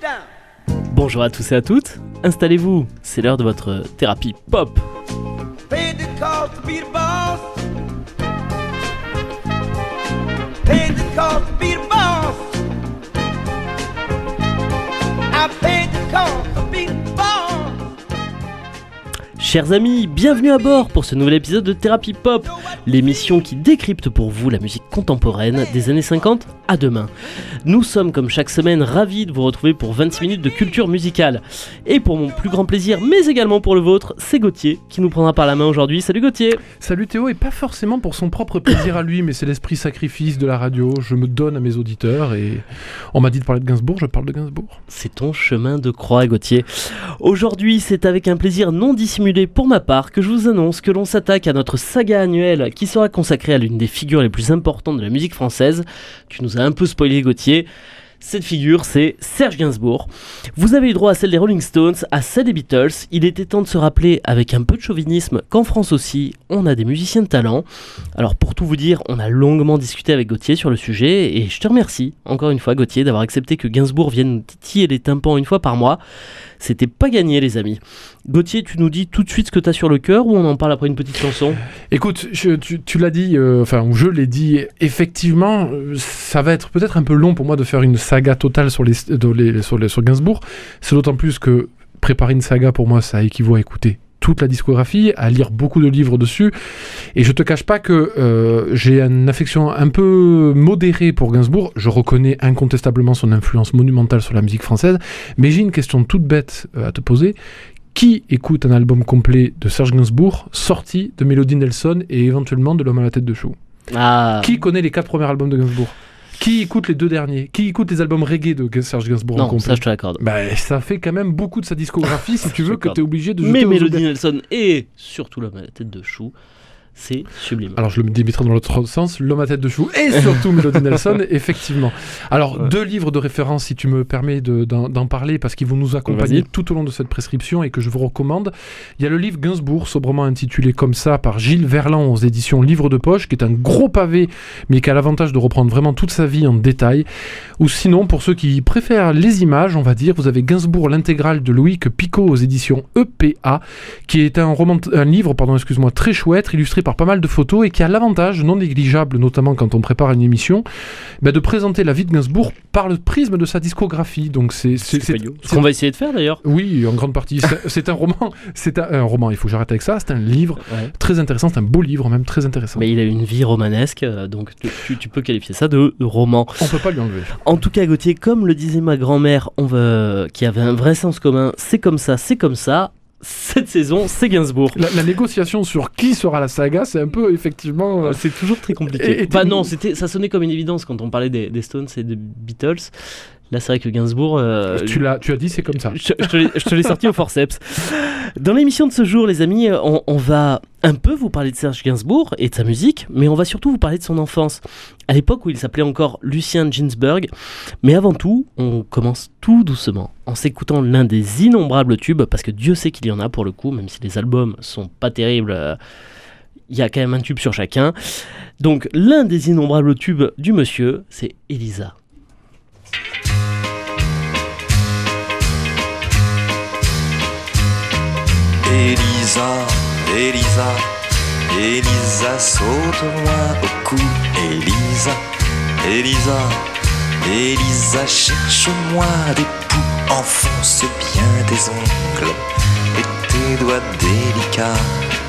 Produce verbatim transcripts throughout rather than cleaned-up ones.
Bonjour à tous et à toutes, installez-vous, c'est l'heure de votre thérapie pop. Paid the cost to be the boss. Paid the cost to be the boss. I paid the cost to be the boss. Chers amis, bienvenue à bord pour ce nouvel épisode de Thérapie Pop, l'émission qui décrypte pour vous la musique contemporaine des années cinquante à demain. Nous sommes comme chaque semaine ravis de vous retrouver pour vingt-six minutes de culture musicale. Et pour mon plus grand plaisir, mais également pour le vôtre, c'est Gauthier qui nous prendra par la main aujourd'hui. Salut Gauthier. Salut Théo, et pas forcément pour son propre plaisir à lui, mais c'est l'esprit sacrifice de la radio. Je me donne à mes auditeurs et on m'a dit de parler de Gainsbourg, je parle de Gainsbourg. C'est ton chemin de croix, Gauthier. Aujourd'hui, c'est avec un plaisir non dissimulé pour ma part que je vous annonce que l'on s'attaque à notre saga annuelle qui sera consacrée à l'une des figures les plus importantes de la musique française. Tu nous as un peu spoilé, Gauthier. Cette figure, c'est Serge Gainsbourg. Vous avez eu droit à celle des Rolling Stones, à celle des Beatles. Il était temps de se rappeler, avec un peu de chauvinisme, qu'en France aussi, on a des musiciens de talent. Alors pour tout vous dire, on a longuement discuté avec Gauthier sur le sujet, et je te remercie, encore une fois Gauthier, d'avoir accepté que Gainsbourg vienne nous titiller les tympans une fois par mois. C'était pas gagné, les amis. Gauthier, tu nous dis tout de suite ce que t'as sur le cœur, ou on en parle après une petite chanson ? Écoute, je, tu, tu l'as dit, euh, enfin, je l'ai dit, effectivement, euh, ça va être peut-être un peu long pour moi de faire une saga totale sur, les, de les, sur, les, sur Gainsbourg. C'est d'autant plus que préparer une saga, pour moi, ça équivaut à écouter toute la discographie, à lire beaucoup de livres dessus, et je te cache pas que euh, j'ai une affection un peu modérée pour Gainsbourg. Je reconnais incontestablement son influence monumentale sur la musique française, mais j'ai une question toute bête euh, à te poser. Qui écoute un album complet de Serge Gainsbourg sorti de Mélodie Nelson et éventuellement de L'Homme à la tête de chou ? Ah. Qui connaît les quatre premiers albums de Gainsbourg ? Qui écoute les deux derniers ? Qui écoute les albums reggae de Serge Gainsbourg en Non, complet ? ça je te l'accorde. Bah, ça fait quand même beaucoup de sa discographie si tu veux que tu es obligé de jeter Mais aux Mélodie oubliettes. Nelson et surtout L'Homme à la tête de chou, c'est sublime. Alors je le mettrai dans l'autre sens, L'Homme à tête de chou et surtout Mélodie Nelson, effectivement. Alors ouais. Deux livres de référence si tu me permets de, d'en, d'en parler parce qu'ils vont nous accompagner Vas-y. tout au long de cette prescription et que je vous recommande. Il y a le livre Gainsbourg, sobrement intitulé comme ça par Gilles Verland aux éditions Livre de Poche, qui est un gros pavé mais qui a l'avantage de reprendre vraiment toute sa vie en détail. Ou sinon, pour ceux qui préfèrent les images, on va dire, vous avez Gainsbourg, l'intégrale de Loïc Picot aux éditions E P A, qui est un, roman, un livre pardon, excuse-moi, très chouette, illustré par pas mal de photos et qui a l'avantage non négligeable, notamment quand on prépare une émission, bah de présenter la vie de Gainsbourg par le prisme de sa discographie. Donc c'est, c'est, c'est, c'est, c'est ce qu'on va essayer de faire d'ailleurs. Oui, en grande partie. C'est, c'est un roman. C'est un, un roman. Il faut que j'arrête avec ça. C'est un livre ouais. très intéressant. C'est un beau livre même très intéressant. Mais il a une vie romanesque, donc tu, tu, tu peux qualifier ça de, de roman. On peut pas lui enlever. En tout cas, Gauthier, comme le disait ma grand-mère, on veut, qui avait un vrai sens commun. C'est comme ça, c'est comme ça. Cette saison, c'est Gainsbourg. La, la négociation sur qui sera la saga, c'est un peu effectivement. Euh... C'est toujours très compliqué. Bah non, c'était, ça sonnait comme une évidence quand on parlait des, des Stones et des Beatles. Là, c'est vrai que Gainsbourg. Euh, tu, l'as, tu as dit, c'est comme ça. Je, je, te, l'ai, je te l'ai sorti au forceps. Dans l'émission de ce jour, les amis, on, on va un peu vous parler de Serge Gainsbourg et de sa musique, mais on va surtout vous parler de son enfance. À l'époque où il s'appelait encore Lucien Ginsberg. Mais avant tout, on commence tout doucement en s'écoutant l'un des innombrables tubes, parce que Dieu sait qu'il y en a pour le coup, même si les albums sont pas terribles. Euh, il y a quand même un tube sur chacun. Donc, l'un des innombrables tubes du monsieur, c'est Elisa. Elisa, Elisa, Elisa, saute-moi au cou. Elisa, Elisa, Elisa, cherche-moi des poux. Enfonce bien tes ongles et tes doigts délicats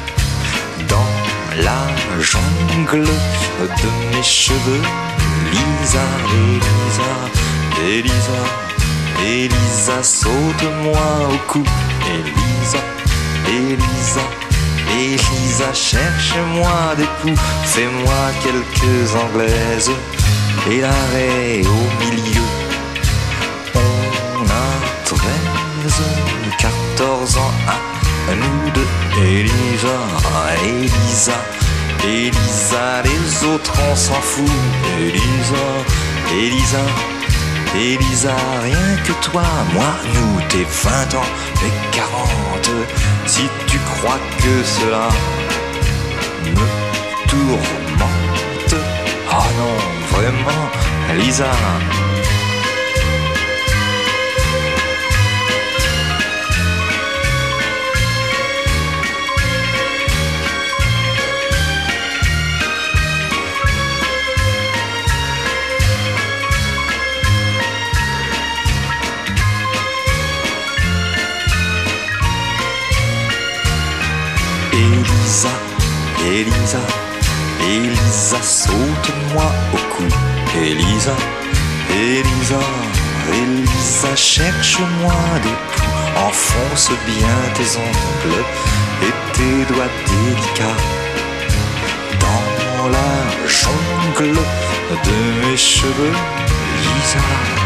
dans la jungle de mes cheveux. Elisa, Elisa, Elisa, Elisa, saute-moi au cou. Elisa, Elisa, Elisa, cherche-moi des poux, fais-moi quelques anglaises et l'arrêt au milieu. On a treize, quatorze ans à nous deux. Elisa, Elisa, Elisa, les autres on s'en fout. Elisa, Elisa, Elisa, rien que toi, moi, nous, t'es vingt ans et quarante. Si tu crois que cela me tourmente, ah non, vraiment, Lisa. Elisa, Elisa, saute-moi au cou. Elisa, Elisa, Elisa, cherche-moi des poux. Enfonce bien tes ongles et tes doigts délicats dans la jungle de mes cheveux, Lisa.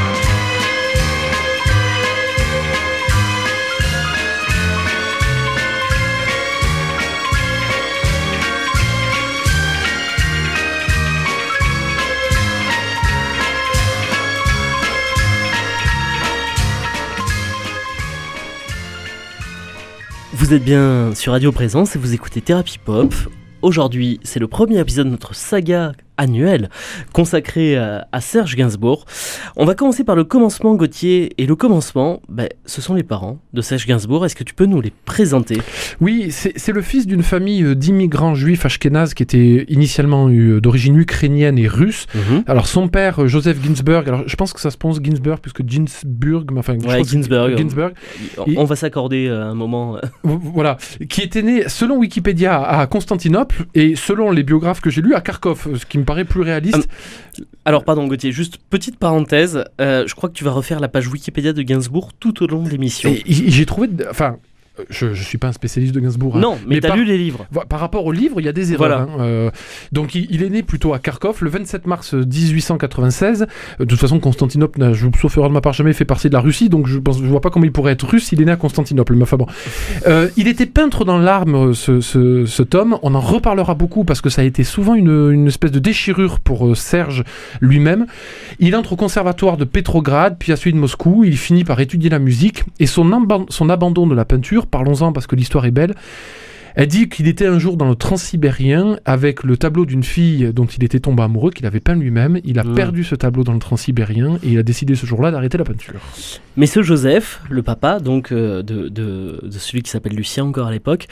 Vous êtes bien sur Radio Présence et vous écoutez Thérapie Pop. Aujourd'hui, c'est le premier épisode de notre saga annuelle consacrée à, à Serge Gainsbourg. On va commencer par le commencement, Gauthier. Et le commencement, ben, ce sont les parents de Serge Gainsbourg. Est-ce que tu peux nous les présenter ? Oui, c'est, c'est le fils d'une famille d'immigrants juifs ashkénazes qui était initialement euh, d'origine ukrainienne et russe. Mm-hmm. Alors son père, Joseph Ginsberg, alors je pense que ça se prononce Ginsberg puisque Ginsburg, mais enfin... Ouais, Ginsberg. Ginsberg. On, et, on va s'accorder à un moment... Voilà, qui était né, selon Wikipédia, à Constantinople et selon les biographes que j'ai lus, à Kharkov, ce qui me paraît plus réaliste. Alors pardon Gauthier, juste petite parenthèse, euh, je crois que tu vas refaire la page Wikipédia de Gainsbourg tout au long de l'émission. Et, j'ai trouvé, enfin, je ne suis pas un spécialiste de Gainsbourg. Hein, non, mais, mais tu as lu les livres. Par rapport aux livres, il y a des erreurs. Voilà. Hein, euh, donc il, il est né plutôt à Kharkov le vingt-sept mars dix-huit cent quatre-vingt-seize. De toute façon, Constantinople n'a, je, sauf erreur de ma part, jamais fait partie de la Russie, donc je ne je vois pas comment il pourrait être russe. Il est né à Constantinople. Mais enfin bon. Euh, il était peintre dans l'âme, ce, ce, ce tome. On en reparlera beaucoup parce que ça a été souvent une, une espèce de déchirure pour euh, Serge lui-même. Il entre au conservatoire de Petrograd, puis à celui de Moscou. Il finit par étudier la musique et son, amba- son abandon de la peinture, parlons-en parce que l'histoire est belle. Elle dit qu'il était un jour dans le Transsibérien avec le tableau d'une fille dont il était tombé amoureux, qu'il avait peint lui-même. Il a mmh. perdu ce tableau dans le Transsibérien et il a décidé ce jour-là d'arrêter la peinture. Mais ce Joseph, le papa donc euh, de, de, de celui qui s'appelle Lucien encore à l'époque,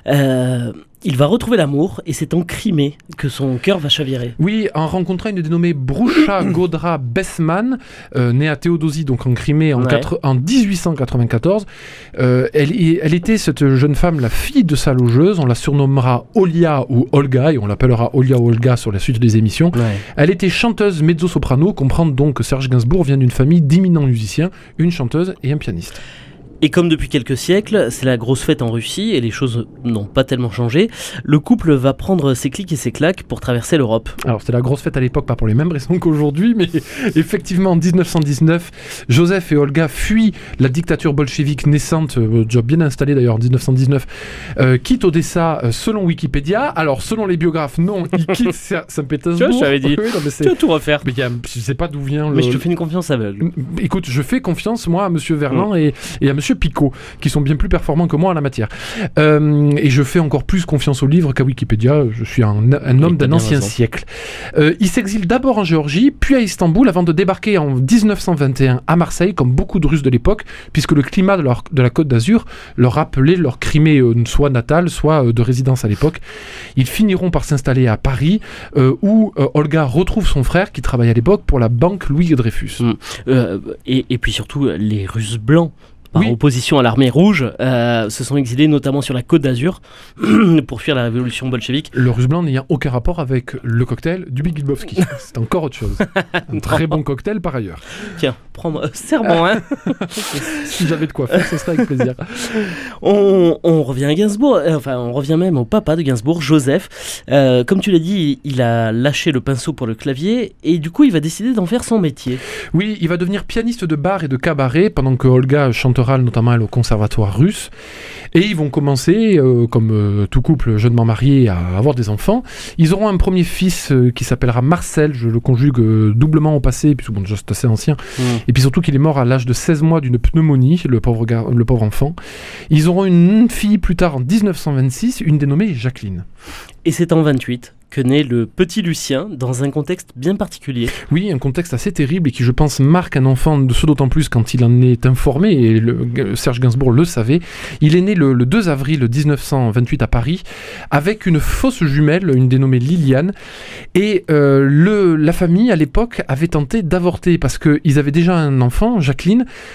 euh, il va retrouver l'amour et c'est en Crimée que son cœur va chavirer. Oui, en rencontrant une dénommée Broucha Godra Bessman, euh, née à Théodosie, donc en Crimée, en, ouais. quatre, en dix-huit cent quatre-vingt-quatorze. Euh, elle, elle était, cette jeune femme, la fille de sa logeuse. On la surnommera Olia ou Olga, et on l'appellera Olia ou Olga sur la suite des émissions. Ouais. Elle était chanteuse mezzo-soprano, comprendre donc que Serge Gainsbourg vient d'une famille d'éminents musiciens, une chanteuse et un pianiste. Et comme depuis quelques siècles, c'est la grosse fête en Russie et les choses n'ont pas tellement changé, le couple va prendre ses clics et ses claques pour traverser l'Europe. Alors c'était la grosse fête à l'époque, pas pour les mêmes raisons qu'aujourd'hui, mais effectivement en dix-neuf cent dix-neuf, Joseph et Olga fuient la dictature bolchevique naissante, euh, déjà bien installée d'ailleurs en dix-neuf cent dix-neuf, euh, quittent Odessa euh, selon Wikipédia. Alors selon les biographes, non, ils quittent Saint-Pétersbourg. Tu vois, je t'avais dit, oui, non, mais c'est... tu vas tout refaire. Mais y a, je sais pas d'où vient le... Mais je te fais une confiance aveugle. Écoute, je fais confiance moi à Monsieur Verland mmh. et, et à Monsieur Picot, qui sont bien plus performants que moi en la matière. Euh, et je fais encore plus confiance aux livres qu'à Wikipédia. Je suis un, un homme d'un ancien raison. siècle. Euh, il s'exile d'abord en Géorgie, puis à Istanbul, avant de débarquer en dix-neuf cent vingt et un à Marseille, comme beaucoup de Russes de l'époque, puisque le climat de, leur, de la Côte d'Azur leur rappelait leur Crimée, euh, soit natale, soit euh, de résidence à l'époque. Ils finiront par s'installer à Paris, euh, où euh, Olga retrouve son frère, qui travaille à l'époque pour la banque Louis Dreyfus. Mmh. Euh, et, et puis surtout, les Russes blancs, par oui. opposition à l'armée rouge, euh, se sont exilés notamment sur la Côte d'Azur pour fuir la révolution bolchevique. Le russe blanc n'ayant aucun rapport avec le cocktail du Big Lebowski. C'est encore autre chose. Un très bon cocktail par ailleurs. Tiens, prends-moi, euh, serre-moi, hein. Si j'avais de quoi faire, ce serait avec plaisir. On, on revient à Gainsbourg, euh, enfin on revient même au papa de Gainsbourg, Joseph. Euh, comme tu l'as dit, il a lâché le pinceau pour le clavier et du coup il va décider d'en faire son métier. Oui, il va devenir pianiste de bar et de cabaret pendant que Olga chante notamment au conservatoire russe, et ils vont commencer, euh, comme euh, tout couple jeunement marié, à avoir des enfants. Ils auront un premier fils euh, qui s'appellera Marcel, je le conjugue euh, doublement au passé, puisque bon, déjà c'est assez ancien, mmh. et puis surtout qu'il est mort à l'âge de seize mois d'une pneumonie, le pauvre, gar- le pauvre enfant. Ils auront une fille plus tard en dix-neuf cent vingt-six, une dénommée Jacqueline. Et c'est en vingt-huit que naît le petit Lucien dans un contexte bien particulier. Oui, un contexte assez terrible et qui, je pense, marque un enfant, ce d'autant plus quand il en est informé, et le, Serge Gainsbourg le savait. Il est né le, le deux avril dix-neuf cent vingt-huit à Paris, avec une fausse jumelle, une dénommée Liliane, et euh, le, la famille, à l'époque, avait tenté d'avorter, parce qu'ils avaient déjà un enfant, Jacqueline.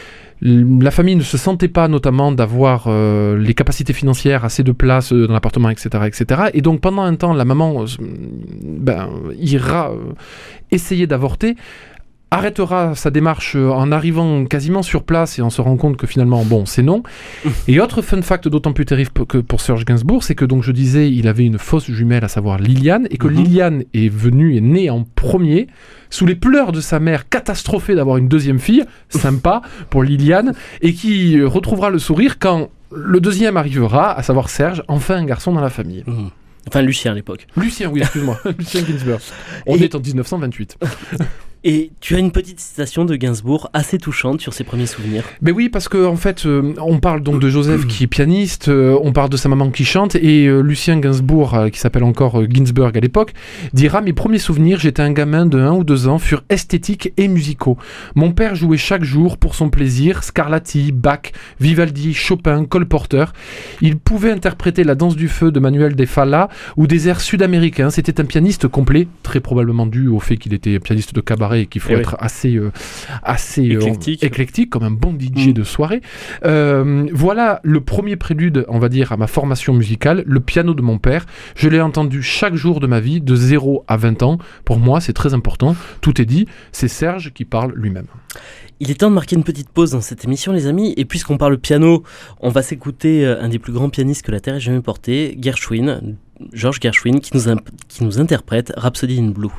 La famille ne se sentait pas notamment d'avoir euh, les capacités financières, assez de place euh, dans l'appartement, et cetera, et cetera. Et donc pendant un temps, la maman euh, ben, ira euh, essayer d'avorter, arrêtera sa démarche en arrivant quasiment sur place et on se rend compte que finalement, bon, c'est non. Et autre fun fact d'autant plus terrible que pour Serge Gainsbourg, c'est que donc je disais, il avait une fausse jumelle, à savoir Liliane, et que mm-hmm. Liliane est venue, est née en premier, sous les pleurs de sa mère, catastrophée d'avoir une deuxième fille, sympa pour Liliane, et qui retrouvera le sourire quand le deuxième arrivera, à savoir Serge, enfin un garçon dans la famille. Mm. Enfin, Lucien à l'époque. Lucien, oui, excuse-moi. Lucien Gainsbourg. On et... est en dix-neuf cent vingt-huit. Et tu as une petite citation de Gainsbourg assez touchante sur ses premiers souvenirs. Mais oui, parce qu'en en fait, euh, on parle donc de Joseph qui est pianiste, euh, on parle de sa maman qui chante, et euh, Lucien Gainsbourg, euh, qui s'appelle encore euh, Ginsberg à l'époque, dira « Mes premiers souvenirs, j'étais un gamin de un ou deux ans, furent esthétiques et musicaux. Mon père jouait chaque jour pour son plaisir, Scarlatti, Bach, Vivaldi, Chopin, Cole Porter. Il pouvait interpréter la danse du feu de Manuel de Falla ou des airs sud-américains. C'était un pianiste complet, très probablement dû au fait qu'il était pianiste de cabaret et qu'il faut et être oui. assez, euh, assez éclectique. Euh, éclectique, comme un bon D J mmh. de soirée. Euh, voilà le premier prélude, on va dire, à ma formation musicale, le piano de mon père. Je l'ai entendu chaque jour de ma vie, de zéro à vingt ans. Pour moi, c'est très important. Tout est dit. C'est Serge qui parle lui-même. Il est temps de marquer une petite pause dans cette émission, les amis. Et puisqu'on parle piano, on va s'écouter un des plus grands pianistes que la Terre ait jamais porté, Gershwin, George Gershwin, qui nous, imp- qui nous interprète Rhapsody in Blue.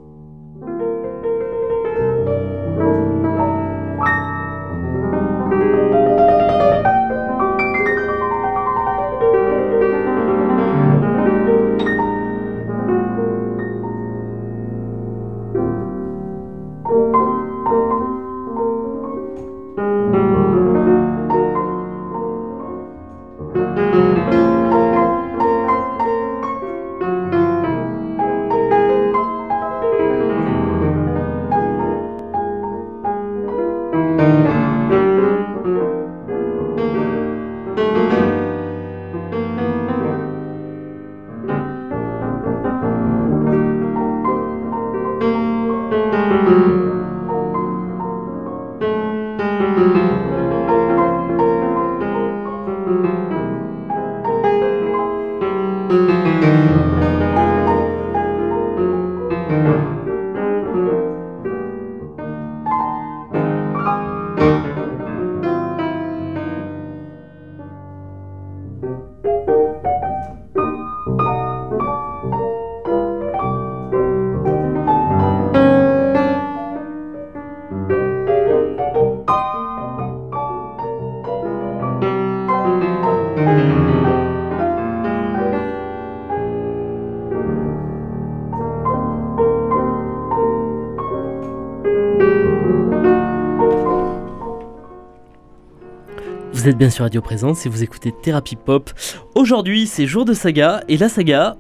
Vous êtes bien sur Radio Présence et vous écoutez Thérapie Pop. Aujourd'hui, c'est jour de saga, et la saga,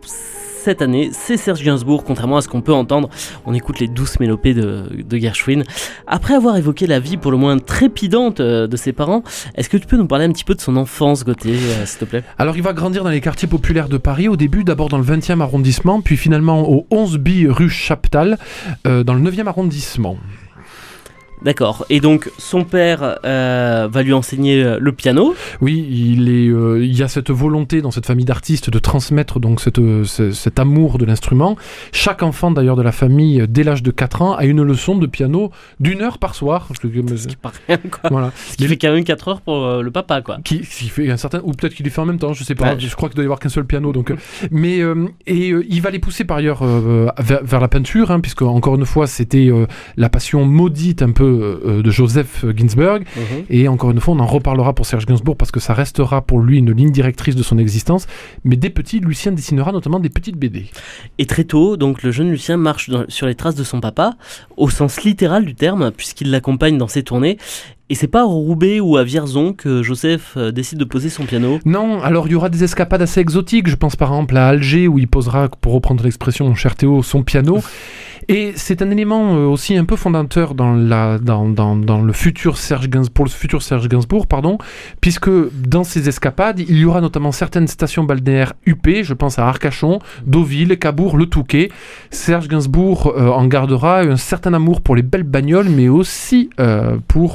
cette année, c'est Serge Gainsbourg, contrairement à ce qu'on peut entendre. On écoute les douces mélopées de, de Gershwin. Après avoir évoqué la vie pour le moins trépidante de ses parents, est-ce que tu peux nous parler un petit peu de son enfance, Gauthier, euh, s'il te plaît ? Alors, il va grandir dans les quartiers populaires de Paris, au début d'abord dans le vingtième arrondissement, puis finalement au onze B rue Chaptal, euh, dans le neuvième arrondissement. D'accord, et donc son père euh, va lui enseigner le piano. Oui, il, est, euh, il y a cette volonté dans cette famille d'artistes de transmettre donc cette, ce, cet amour de l'instrument. Chaque enfant d'ailleurs de la famille, dès l'âge de quatre ans, a une leçon de piano d'une heure par soir. Ce qui part rien, quoi. Voilà. Ce qui fait quand même quatre heures pour euh, le papa, quoi. Qui, qui fait un certain, ou peut-être qu'il les fait en même temps, je sais pas. Ouais. Je crois qu'il doit y avoir qu'un seul piano. Donc, euh, mais euh, et euh, il va les pousser par ailleurs euh, vers, vers la peinture, hein, puisque encore une fois c'était euh, la passion maudite un peu de Joseph Ginsberg, mmh. et encore une fois on en reparlera pour Serge Gainsbourg parce que ça restera pour lui une ligne directrice de son existence, mais dès petit Lucien dessinera notamment des petites B D. Et très tôt, donc le jeune Lucien marche dans, sur les traces de son papa, au sens littéral du terme, puisqu'il l'accompagne dans ses tournées. Et c'est pas à Roubaix ou à Vierzon que Joseph euh, décide de poser son piano ? Non, alors il y aura des escapades assez exotiques, je pense par exemple à Alger où il posera, pour reprendre l'expression mon cher Théo, son piano. Et c'est un élément euh, aussi un peu fondateur dans, la, dans, dans, dans le futur Serge Gainsbourg, pour le futur Serge Gainsbourg, pardon, puisque dans ces escapades, il y aura notamment certaines stations balnéaires huppées, je pense à Arcachon, Deauville, Cabourg, Le Touquet. Serge Gainsbourg euh, en gardera un certain amour pour les belles bagnoles, mais aussi euh, pour les jolies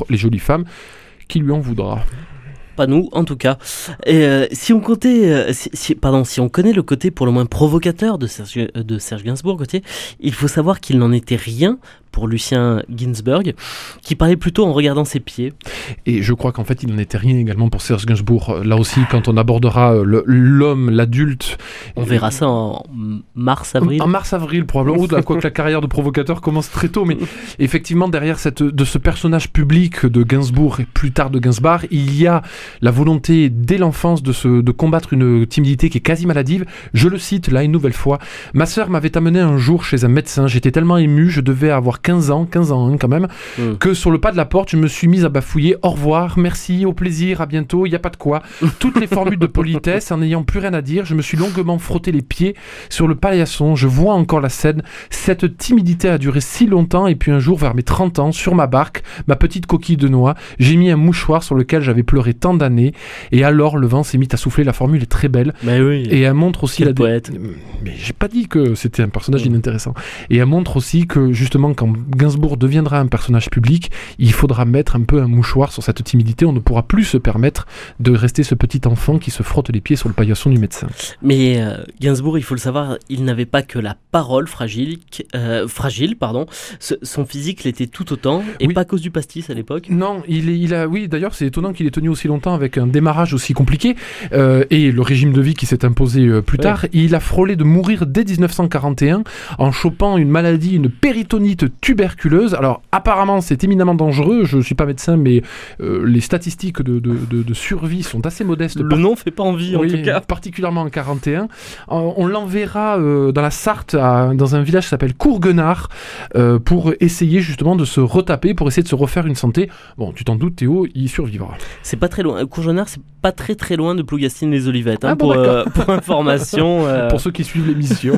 femme. Qui lui en voudra ? Pas nous, en tout cas. Et euh, si on comptait, euh, si, si, pardon, si on connaît le côté pour le moins provocateur de Serge, de Serge Gainsbourg, Gauthier, il faut savoir qu'il n'en était rien pour Lucien Ginsberg, qui parlait plutôt en regardant ses pieds. Et je crois qu'en fait, il n'en était rien également pour Serge Gainsbourg. Là aussi, quand on abordera le, l'homme, l'adulte... On verra ça en mars-avril. En mars-avril, probablement. Ou quoi que la carrière de provocateur commence très tôt. Mais effectivement, derrière cette, de ce personnage public de Gainsbourg et plus tard de Gainsbourg, il y a la volonté, dès l'enfance, de, se, de combattre une timidité qui est quasi maladive. Je le cite là une nouvelle fois. « Ma sœur m'avait amené un jour chez un médecin. J'étais tellement ému, je devais avoir quinze ans, quinze ans hein, quand même, mmh. que sur le pas de la porte, je me suis mise à bafouiller. Au revoir, merci, au plaisir, à bientôt, il n'y a pas de quoi. Toutes les formules de politesse, en n'ayant plus rien à dire, je me suis longuement frotté les pieds sur le paillasson. Je vois encore la scène. Cette timidité a duré si longtemps et puis un jour, vers mes trente ans, sur ma barque, ma petite coquille de noix, j'ai mis un mouchoir sur lequel j'avais pleuré tant d'années et alors le vent s'est mis à souffler. La formule est très belle. Mais oui, et elle montre aussi quel la... poète. Mais j'ai pas dit que c'était un personnage mmh. inintéressant. Et elle montre aussi que justement quand Gainsbourg deviendra un personnage public, il faudra mettre un peu un mouchoir sur cette timidité. On ne pourra plus se permettre de rester ce petit enfant qui se frotte les pieds sur le paillasson du médecin. Mais euh, Gainsbourg, il faut le savoir, il n'avait pas que la parole fragile, euh, fragile pardon. Ce, son physique l'était tout autant, et oui. pas à cause du pastis à l'époque. Non, il, est, il a, oui, d'ailleurs, c'est étonnant qu'il ait tenu aussi longtemps avec un démarrage aussi compliqué euh, et le régime de vie qui s'est imposé euh, plus ouais. tard. Il a frôlé de mourir dès dix-neuf cent quarante et un en chopant une maladie, une péritonite tuberculeuse. Alors, apparemment, c'est éminemment dangereux. Je ne suis pas médecin, mais euh, les statistiques de, de, de, de survie sont assez modestes. Le par... nom fait pas envie, oui, en tout cas. Particulièrement en quarante et un. On, on l'enverra euh, dans la Sarthe, à, dans un village qui s'appelle Courgenard, euh, pour essayer justement de se retaper, pour essayer de se refaire une santé. Bon, tu t'en doutes, Théo, il survivra. C'est pas très loin. Courgenard, c'est pas très très loin de Plougastine-les-Olivettes, hein, ah bon, pour, euh, pour information. Euh... Pour ceux qui suivent l'émission.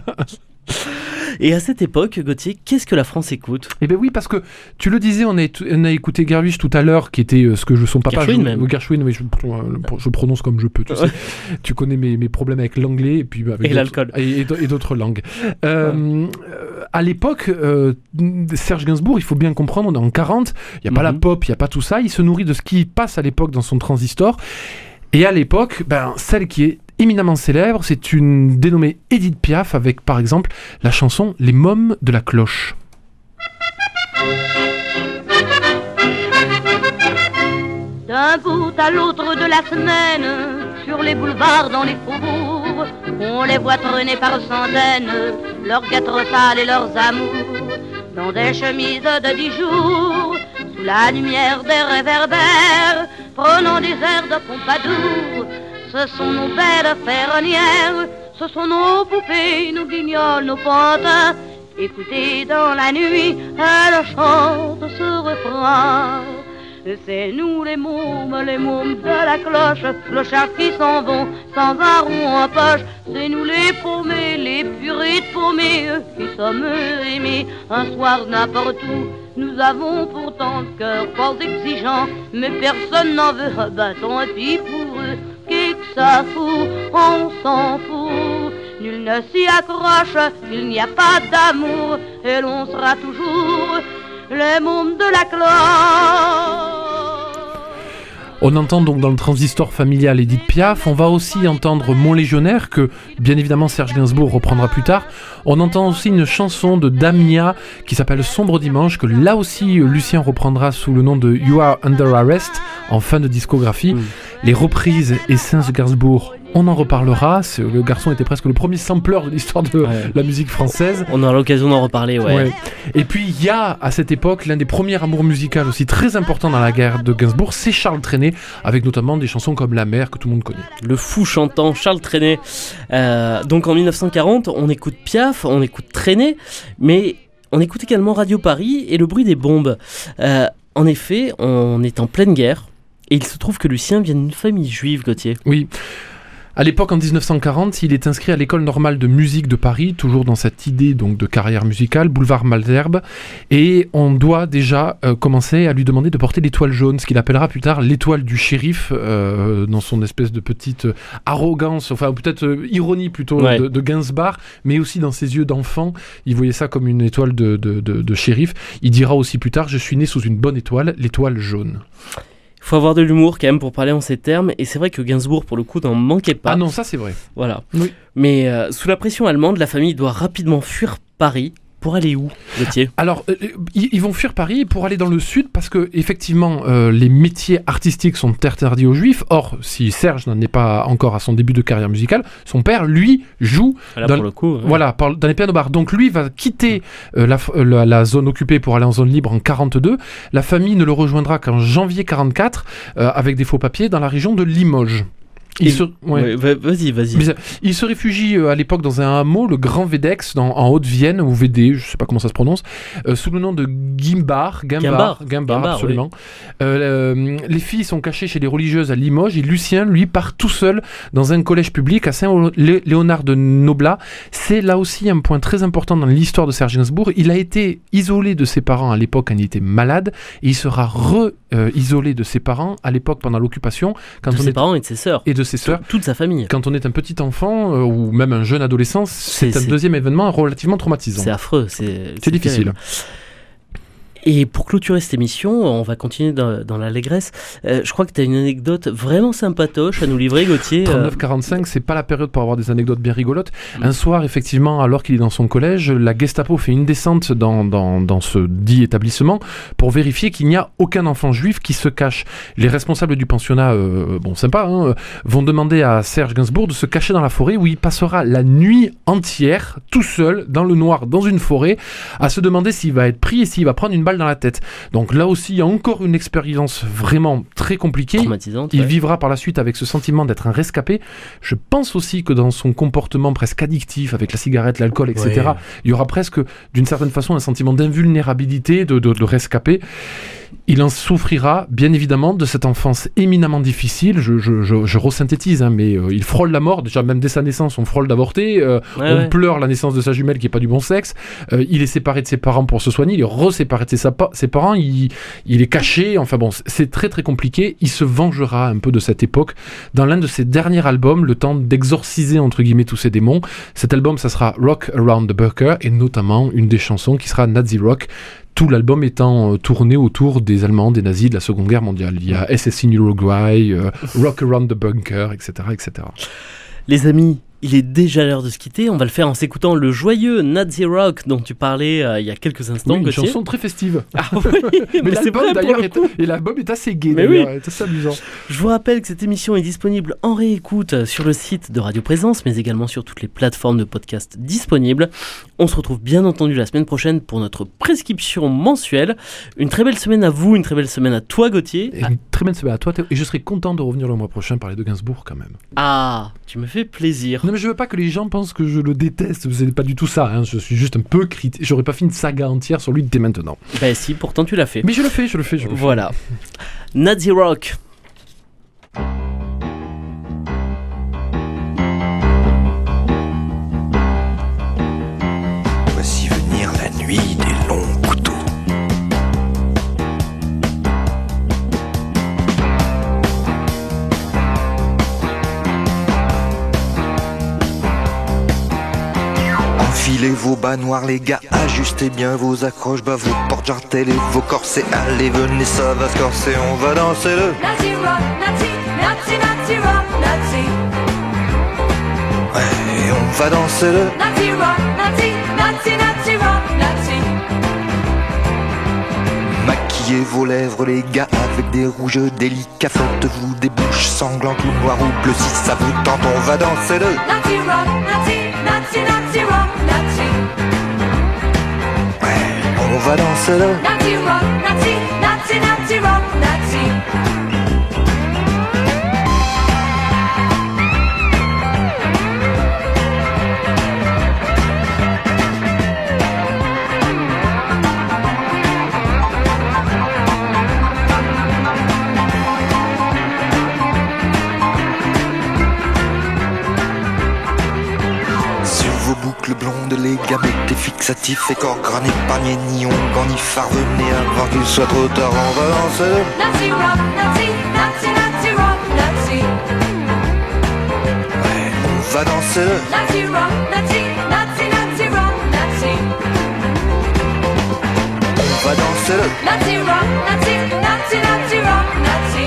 Et à cette époque, Gauthier, qu'est-ce que la France écoute ? Eh bien oui, parce que tu le disais, on a, on a écouté Gershwin tout à l'heure, qui était euh, ce que je son papa. Gershwin même. Gershwin, mais je, je prononce comme je peux. Tu, sais. Tu connais mes, mes problèmes avec l'anglais et puis avec et l'alcool et, et d'autres langues. Euh, ouais. euh, à l'époque, euh, Serge Gainsbourg, il faut bien comprendre, on est en quarante. Il n'y a pas mm-hmm. la pop, il n'y a pas tout ça. Il se nourrit de ce qui passe à l'époque dans son transistor. Et à l'époque, ben, celle qui est éminemment célèbre, c'est une dénommée Édith Piaf avec par exemple la chanson Les Mômes de la Cloche. D'un bout à l'autre de la semaine, sur les boulevards, dans les faubourgs, on les voit traîner par centaines, leurs guêtres sales et leurs amours, dans des chemises de dix jours, sous la lumière des réverbères, prenant des airs de Pompadour. Ce sont nos belles ferronnières, ce sont nos poupées, nos guignols, nos pantins. Écoutez dans la nuit, elles chantent ce refrain. C'est nous les mômes, les mômes de la cloche, clochards qui s'en vont sans un rond en poche. C'est nous les paumés, les purées de paumés, qui sommes aimés un soir n'importe où. Nous avons pourtant le cœur fort exigeant, mais personne n'en veut, ben tant pis pour eux. Qui que ça fout, on s'en fout. Nul ne s'y accroche, il n'y a pas d'amour, et l'on sera toujours les mômes de la cloche. On entend donc dans le transistor familial Édith Piaf, on va aussi entendre Mon Légionnaire, que bien évidemment Serge Gainsbourg reprendra plus tard. On entend aussi une chanson de Damnia qui s'appelle Sombre Dimanche, que là aussi Lucien reprendra sous le nom de You Are Under Arrest, en fin de discographie. Mmh. Les reprises et Serge Gainsbourg, on en reparlera. C'est, le garçon était presque le premier sampleur de l'histoire de ouais. la musique française. On aura l'occasion d'en reparler, ouais. ouais. Et puis il y a à cette époque l'un des premiers amours musicaux aussi très importants dans la guerre de Gainsbourg, c'est Charles Trenet, avec notamment des chansons comme La Mer que tout le monde connaît. Le fou chantant Charles Trenet. Euh, donc en dix-neuf cent quarante, on écoute Piaf, on écoute Trenet, mais on écoute également Radio Paris et le bruit des bombes. Euh, en effet, on est en pleine guerre. Et il se trouve que Lucien vient d'une famille juive, Gauthier. Oui. À l'époque, en dix-neuf cent quarante, il est inscrit à l'école normale de musique de Paris, toujours dans cette idée donc de carrière musicale, boulevard Malherbe, et on doit déjà euh, commencer à lui demander de porter l'étoile jaune, ce qu'il appellera plus tard l'étoile du shérif, euh, dans son espèce de petite arrogance, enfin peut-être euh, ironie plutôt ouais. de, de Gainsbourg, mais aussi dans ses yeux d'enfant, il voyait ça comme une étoile de, de, de, de shérif. Il dira aussi plus tard, je suis né sous une bonne étoile, l'étoile jaune. Il faut avoir de l'humour quand même pour parler en ces termes, et c'est vrai que Gainsbourg pour le coup n'en manquait pas. Ah non, ça c'est vrai. Voilà. Oui. Mais euh, sous la pression allemande, la famille doit rapidement fuir Paris. Pour aller où, Gauthier ? Alors, euh, ils vont fuir Paris pour aller dans le sud parce que, effectivement, euh, les métiers artistiques sont interdits aux juifs. Or, si Serge n'en est pas encore à son début de carrière musicale, son père, lui, joue Là, dans, pour le coup, ouais. voilà, dans les piano-bars. Donc, lui va quitter euh, la, la, la zone occupée pour aller en zone libre en quarante-deux. La famille ne le rejoindra qu'en janvier quarante-quatre euh, avec des faux papiers dans la région de Limoges. Il se... ouais. Ouais, vas-y, vas-y. Il se réfugie euh, à l'époque dans un hameau, le Grand Vedex, dans, en Haute-Vienne, ou V D, je ne sais pas comment ça se prononce, euh, sous le nom de Gimbard. Gimbard, Gimbard, absolument. Oui. Euh, euh, les filles sont cachées chez les religieuses à Limoges, et Lucien, lui, part tout seul dans un collège public à Saint-Léonard de Noblat. C'est là aussi un point très important dans l'histoire de Serge Gainsbourg. Il a été isolé de ses parents à l'époque quand il était malade, et il sera re-isolé euh, de ses parents à l'époque pendant l'occupation. Quand de on ses est... parents et de ses sœurs. Et de ses sœurs. Toute sa famille. Quand on est un petit enfant euh, ou même un jeune adolescent, c'est, c'est un c'est... deuxième événement relativement traumatisant. C'est affreux, c'est, c'est, c'est difficile. Terrible. Et pour clôturer cette émission, on va continuer dans, dans l'allégresse. Euh, je crois que tu as une anecdote vraiment sympatoche à nous livrer, Gauthier. trente-neuf quarante-cinq, c'est pas la période pour avoir des anecdotes bien rigolotes. Mmh. Un soir, effectivement, alors qu'il est dans son collège, la Gestapo fait une descente dans, dans, dans ce dit établissement pour vérifier qu'il n'y a aucun enfant juif qui se cache. Les responsables du pensionnat, euh, bon, sympa, hein, vont demander à Serge Gainsbourg de se cacher dans la forêt où il passera la nuit entière, tout seul, dans le noir, dans une forêt, à se demander s'il va être pris et s'il va prendre une balle dans la tête. Donc là aussi, il y a encore une expérience vraiment très compliquée. Traumatisante. Il ouais. vivra par la suite avec ce sentiment d'être un rescapé. Je pense aussi que dans son comportement presque addictif avec la cigarette, l'alcool, et cetera, ouais. il y aura presque, d'une certaine façon, un sentiment d'invulnérabilité, de, de, de rescapé. Il en souffrira, bien évidemment, de cette enfance éminemment difficile. Je, je, je, je resynthétise, hein, mais euh, il frôle la mort. Déjà, même dès sa naissance, on frôle d'avorter. Euh, ouais, on ouais. pleure la naissance de sa jumelle qui n'est pas du bon sexe. Euh, il est séparé de ses parents pour se soigner. Il est reséparé de ses, sapa- ses parents. Il, il est caché. Enfin bon, c'est très très compliqué. Il se vengera un peu de cette époque dans l'un de ses derniers albums, le temps d'exorciser, entre guillemets, tous ses démons. Cet album, ça sera Rock Around the Bunker, et notamment une des chansons qui sera Nazi Rock. Tout l'album étant euh, tourné autour des Allemands, des nazis de la Seconde Guerre mondiale. Il y a S S in Uruguay, euh, Rock Around the Bunker, et cetera, et cetera. Les amis, il est déjà l'heure de se quitter. On va le faire en s'écoutant le joyeux Nazi Rock dont tu parlais euh, il y a quelques instants. Oui, une Gauthier. chanson très festive. Ah oui, mais, mais l'album, c'est vrai d'ailleurs, pour le coup. est, et l'album est assez gai, mais d'ailleurs, oui. est assez amusant. Je vous rappelle que cette émission est disponible en réécoute sur le site de Radio Présence, mais également sur toutes les plateformes de podcast disponibles. On se retrouve bien entendu la semaine prochaine pour notre prescription mensuelle. Une très belle semaine à vous, une très belle semaine à toi, Gauthier. Et une très belle semaine à toi, Théo. Et je serai content de revenir le mois prochain parler de Gainsbourg quand même. Ah, tu me fais plaisir. Non mais je veux pas que les gens pensent que je le déteste, c'est pas du tout ça, hein. Je suis juste un peu critique. J'aurais pas fait une saga entière sur lui dès maintenant. Bah si, pourtant tu l'as fait. Mais je le fais, je le fais, je le fais. Voilà. Nazi Rock. Voici venir la nuit des longs couteaux. Enfilez vos bas noirs les gars, ajustez bien vos accroches, bas vos portes jartelles et vos corsets. Allez venez, ça va se corser, on va danser le Nazi rock, Nazi, Nazi, Nazi rock, Nazi. Ouais, on va danser le Nazi rock, Nazi, Nazi, Nazi rock, Nazi. Maquillez vos lèvres les gars avec des rouges délicats. Faites-vous des bouches sanglantes ou noires ou bleues. Si ça vous tente, on va danser le Nazi rock, Nazi, Nazi, Nazi rock, Nazi. Ouais, on va danser le Nazi rock, Nazi, Nazi, Nazi rock, Nazi. fixatif et corps gras, ni panier, ni onguent, ni phare. Venez avant qu'il soit trop tard, on va danser le Nazi rock, Nazi, Nazi, Nazi rock, Nazi. Ouais, on va danser le Nazi rock, Nazi, Nazi, Nazi rock, Nazi. On va danser le Nazi rock, Nazi, Nazi, Nazi rock, Nazi.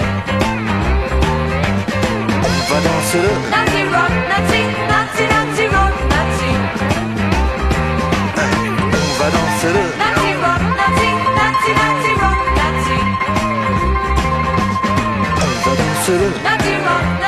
On va danser le Nazi rock, Nazi, Nazi, Nazi rock, Nazi. Ouais, on va danser le Nazi rock, Nazi, Nazi, Nazi rock, Nazi. On va danser le Nazi rock,